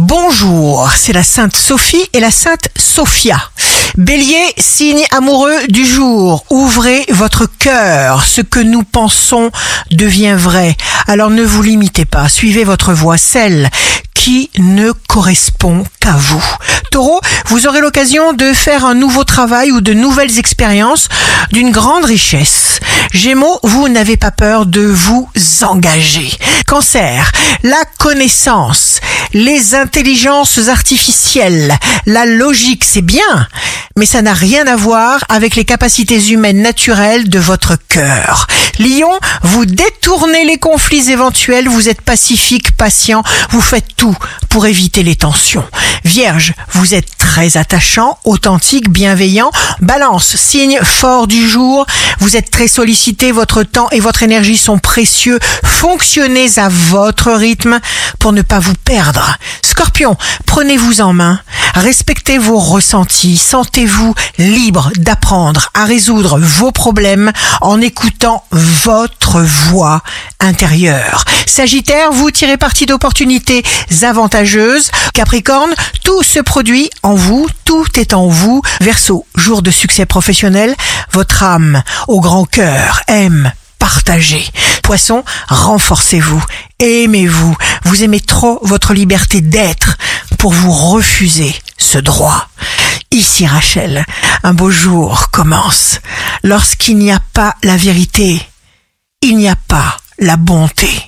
Bonjour, c'est la Sainte Sophie et la Sainte Sophia. Bélier, signe amoureux du jour. Ouvrez votre cœur. Ce que nous pensons devient vrai. Alors ne vous limitez pas. Suivez votre voie, celle qui ne correspond qu'à vous. Taureau, vous aurez l'occasion de faire un nouveau travail ou de nouvelles expériences d'une grande richesse. Gémeaux, vous n'avez pas peur de vous engager. Cancer, la connaissance, les intelligences artificielles, la logique, c'est bien, mais ça n'a rien à voir avec les capacités humaines naturelles de votre cœur. Lion, vous détournez les conflits éventuels, vous êtes pacifique, patient, vous faites tout pour éviter les tensions. Vierge, vous êtes très attachant, authentique, bienveillant. Balance, signe fort du jour, vous êtes très sollicité, votre temps et votre énergie sont précieux. Fonctionnez à votre rythme pour ne pas vous perdre. Scorpion, prenez-vous en main, respectez vos ressentis, sentez-vous libre d'apprendre à résoudre vos problèmes en écoutant votre voix intérieure. Sagittaire, vous tirez parti d'opportunités avantageuses. Capricorne, tout se produit en vous, tout est en vous. Verseau, jour de succès professionnel, votre âme au grand cœur aime partager. Poisson, renforcez-vous, aimez-vous, vous aimez trop votre liberté d'être pour vous refuser ce droit. Ici Rachel, un beau jour commence. Lorsqu'il n'y a pas la vérité, il n'y a pas la bonté.